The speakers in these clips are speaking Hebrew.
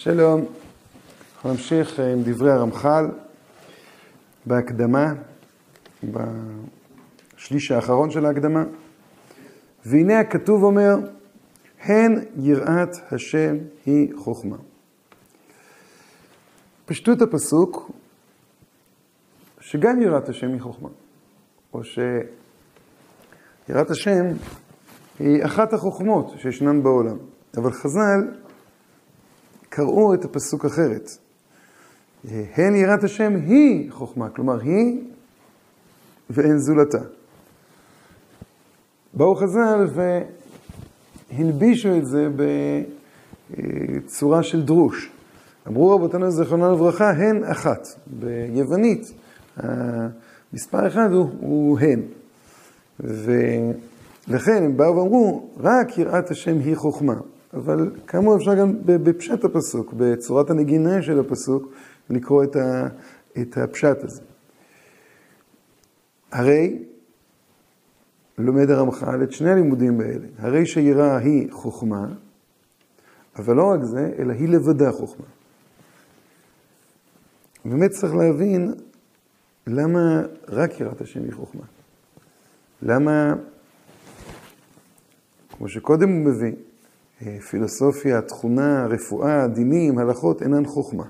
שלום, אנחנו נמשיך עם דברי הרמח"ל בהקדמה, בשליש האחרון של ההקדמה. והנה הכתוב אומר, הן יראת השם היא חוכמה. פשטות הפסוק, שגם יראת השם היא חוכמה, או שיראת השם היא אחת החוכמות שישנן בעולם. אבל חז"ל קראו את הפסוק אחרת. הן יראת השם היא חוכמה, כלומר היא ואין זולתה. באו חז"ל והלבישו את זה בצורה של דרוש. אמרו רבותינו זיכרונם לברכה, הן אחת. ביוונית, המספר אחד הוא הן. ולכן הם באו ואמרו, רק יראת השם היא חוכמה. אבל כאמור אפשר גם בפשט הפסוק, בצורת הנגינה של הפסוק, לקרוא את הפשט הזה. הרי לומד הרמח"ל את שני הלימודים האלה. הרי שיראה היא חוכמה, אבל לא רק זה, אלא היא לבדה חוכמה. באמת צריך להבין למה רק יראת השם היא חוכמה. למה, כמו שקודם הוא מביא, פילוסופיה, תכונה, רפואה, דינים, הלכות, אינן חוכמה.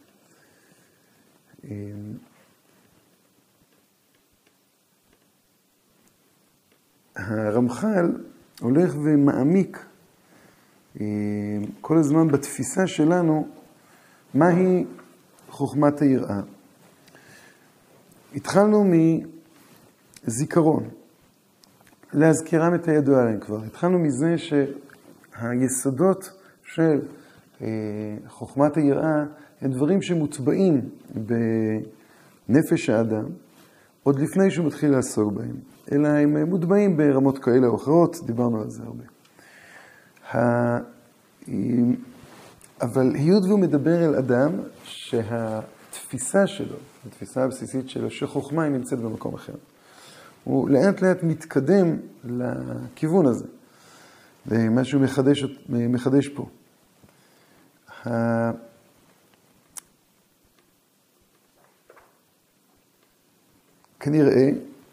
הרמח"ל הולך ומעמיק כל הזמן בתפיסה שלנו מהי חוכמת היראה. התחלנו מזיכרון, להזכירם את הידוע להם כבר. התחלנו מזה שהיסודות של חוכמת היראה הם דברים שמוטבעים בנפש האדם, עוד לפני שהוא מתחיל לעסוק בהם, אלא הם מוטבעים ברמות כאלה או אחרות, דיברנו על זה הרבה. אבל היות והוא מדבר אל אדם שהתפיסה שלו, התפיסה הבסיסית שלו, שחוכמה היא נמצאת במקום אחר. הוא לאט לאט מתקדם לכיוון הזה, ומה שהוא מחדש פה. כנראה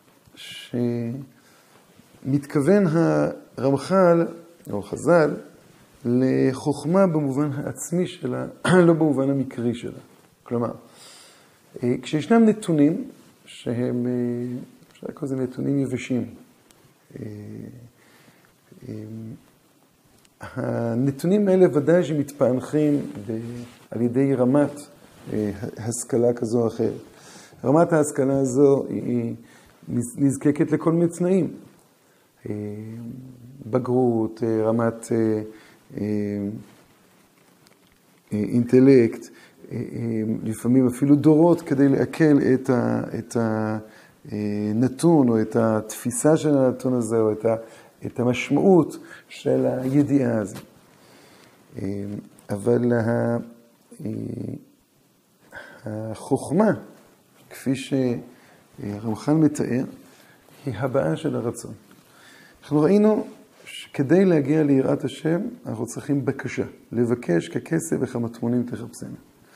שמתכוון הרמח"ל או חז"ל לחוכמה במובן העצמי שלה, לא במובן המקרי שלה. כלומר, כשישנם נתונים שהם, אפשר לקרוא לזה נתונים יבשים, הנתונים האלה ודאי שמתפענחים על ידי רמת השכלה כזו או אחרת. רמת ההשכלה הזו היא נזקקת לכל מיני תנאים. בגרות, רמת אינטלקט, לפעמים אפילו דורות כדי לעכל את הנתון או את התפיסה של הנתון הזה או את המשמעות של הידיעה הזו. אבל החוכמה, כפי שהרמח"ל מתאר, היא הבאה של הרצון. אנחנו ראינו שכדי להגיע ליראת השם, אנחנו צריכים בקשה. לבקש ככסף וכמטמונים תחפשנה.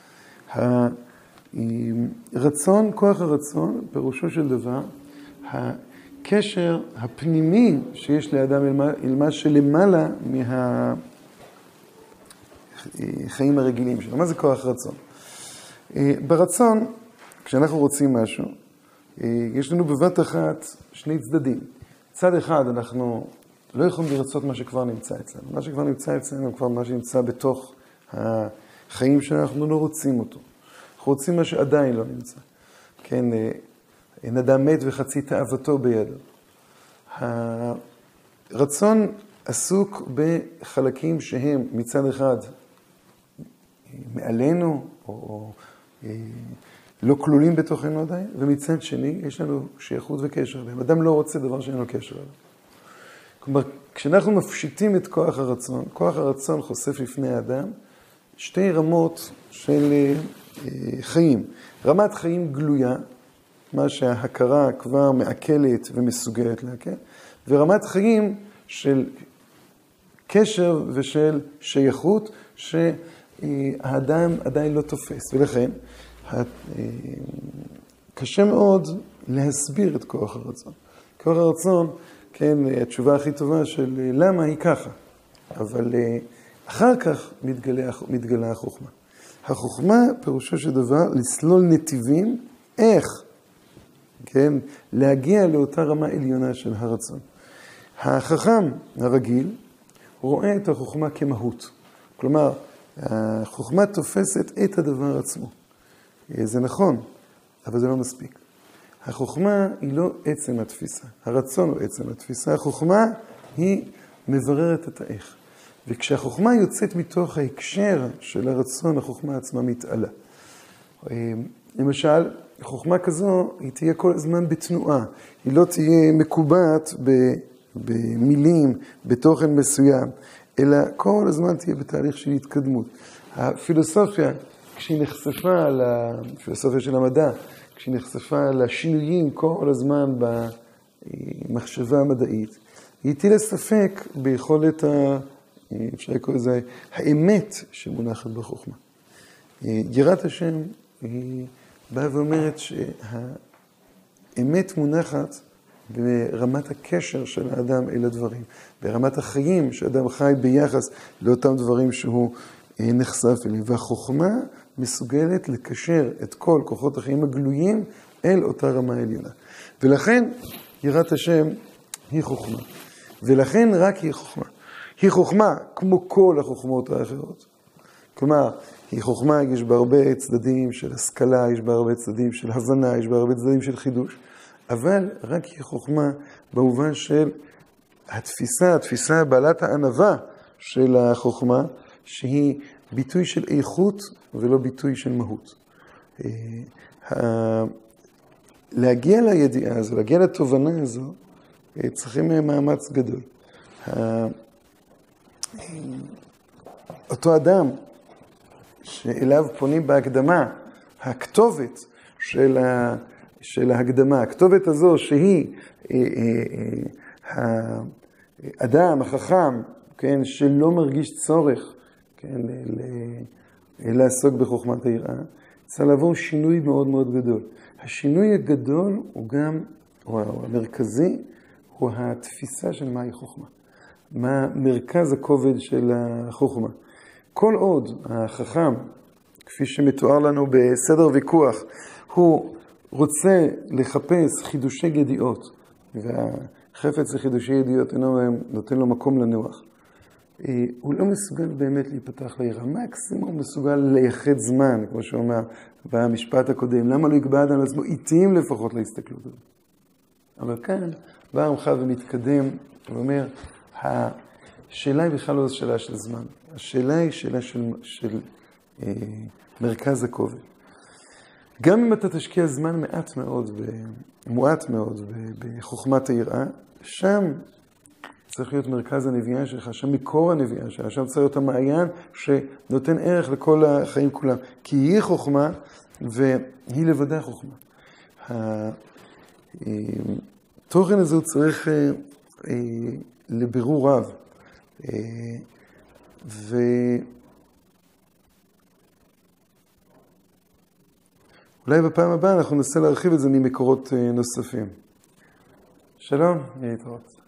הרצון, כוח הרצון, פירושו של דבר, הקשר הפנימי שיש לאדם אל מה שלמעלה מהחיים הרגילים שלו. מה זה כוח רצון? ברצון, כשאנחנו רוצים משהו, יש לנו בבת אחת שני צדדים. צד אחד, אנחנו לא יכולים לרצות מה שכבר נמצא אצלנו. מה שכבר נמצא אצלנו, כבר מה שנמצא בתוך החיים שלנו, אנחנו לא רוצים אותו. אנחנו רוצים מה שעדיין לא נמצא. כן, אין אדם מת וחצי תאוותו בידו. הרצון עסוק בחלקים שהם מצד אחד מעלינו, או לא כלולים בתוכנו עדיין, ומצד שני יש לנו שייכות וקשר אליהם. אדם לא רוצה דבר שאין לו קשר אליו. כלומר, כשאנחנו מפשיטים את כוח הרצון חושף לפני האדם שתי רמות של חיים. רמת חיים גלויה, מה שההכרה כבר מעכלת ומסוגלת להכר, ורמת חיים של קשר ושל שייכות, האדם עדיין לא תופס, ולכן קשה מאוד להסביר את כוח הרצון. כוח הרצון, כן, התשובה הכי טובה של למה היא ככה, אבל אחר כך מתגלה החוכמה. החוכמה פירושו של דבר לסלול נתיבים, איך, כן, להגיע לאותה רמה עליונה של הרצון. החכם הרגיל רואה את החוכמה כמהות. כלומר, החוכמה תופסת את הדבר עצמו. זה נכון, אבל זה לא מספיק. החוכמה היא לא עצם התפיסה. הרצון הוא עצם התפיסה. החוכמה היא מבררת את האיך. וכשהחוכמה יוצאת מתוך ההקשר של הרצון, החוכמה עצמה מתעלה. למשל, חוכמה כזו היא תהיה כל הזמן בתנועה. היא לא תהיה מקובעת במילים, בתוכן מסוים, אלא כל הזמן תהיה בתהליך של התקדמות. הפילוסופיה, כשהיא נחשפה לפילוסופיה של המדע, כשהיא נחשפה לשינויים כל הזמן במחשבה המדעית, היא הטילה ספק ביכולת, אפשר לקרוא לזה, האמת שמונחת בחוכמה. יראת השם היא באה ואומרת שהאמת מונחת ברמת הקשר של האדם אל הדברים, ברמת החיים שאדם חי ביחס לאותם דברים שהוא נחשף אליהם. והחוכמה מסוגלת לקשר את כל כוחות החיים הגלויים אל אותה רמה עליונה. ולכן יראת השם היא חוכמה. ולכן רק היא חוכמה. היא חוכמה כמו כל החוכמות האחרות. כלומר, היא חוכמה, יש בה הרבה צדדים של השכלה, יש בה הרבה צדדים של הבנה, יש בה הרבה צדדים של חידוש. אבל רק היא חוכמה במובן של התפיסה בעלת הענווה של החוכמה, שהיא ביטוי של איכות ולא ביטוי של מהות. להגיע לידיעה הזו, להגיע לתובנה הזו, צריכים מאמץ גדול. אותו אדם שאליו פונים בהקדמה, הכתובת של ההקדמה, הכתובת הזו שהיא האדם החכם, כן, שלא מרגיש צורך, כן, לעסוק בחוכמת היראה, צריך לעבור שינוי מאוד מאוד גדול. השינוי הגדול הוא גם, או המרכזי, הוא התפיסה של מהי חוכמה. מה מרכז הכובד של החוכמה. כל עוד החכם, כפי שמתואר לנו בסדר ויכוח, הוא רוצה לחפש חידושי ידיעות, והחפץ לחידושי ידיעות אינו נותן לו מקום לנוח. הוא לא מסוגל באמת להיפתח ליראה. מקסימום מסוגל לייחד זמן, כמו שאומר במשפט הקודם. למה לא יקבע אדם לעצמו איטיים לפחות להסתכלות הזאת? אבל כאן בא הרמח"ל ומתקדם ואומר, השאלה היא בכלל לא שאלה של זמן. השאלה היא שאלה של מרכז הכובד. גם אם אתה תשקיע זמן מועט מאוד בחוכמת היראה, שם צריך להיות מרכז הנביאה שלך, שם מקור הנביאה שלך, שם צריך להיות המעיין שנותן ערך לכל החיים כולם. כי היא חוכמה והיא לבדה חוכמה. התוכן הזה הוא צריך לבירור רב. אולי בפעם הבאה אנחנו ננסה להרחיב את זה ממקורות נוספים. שלום, להתראות.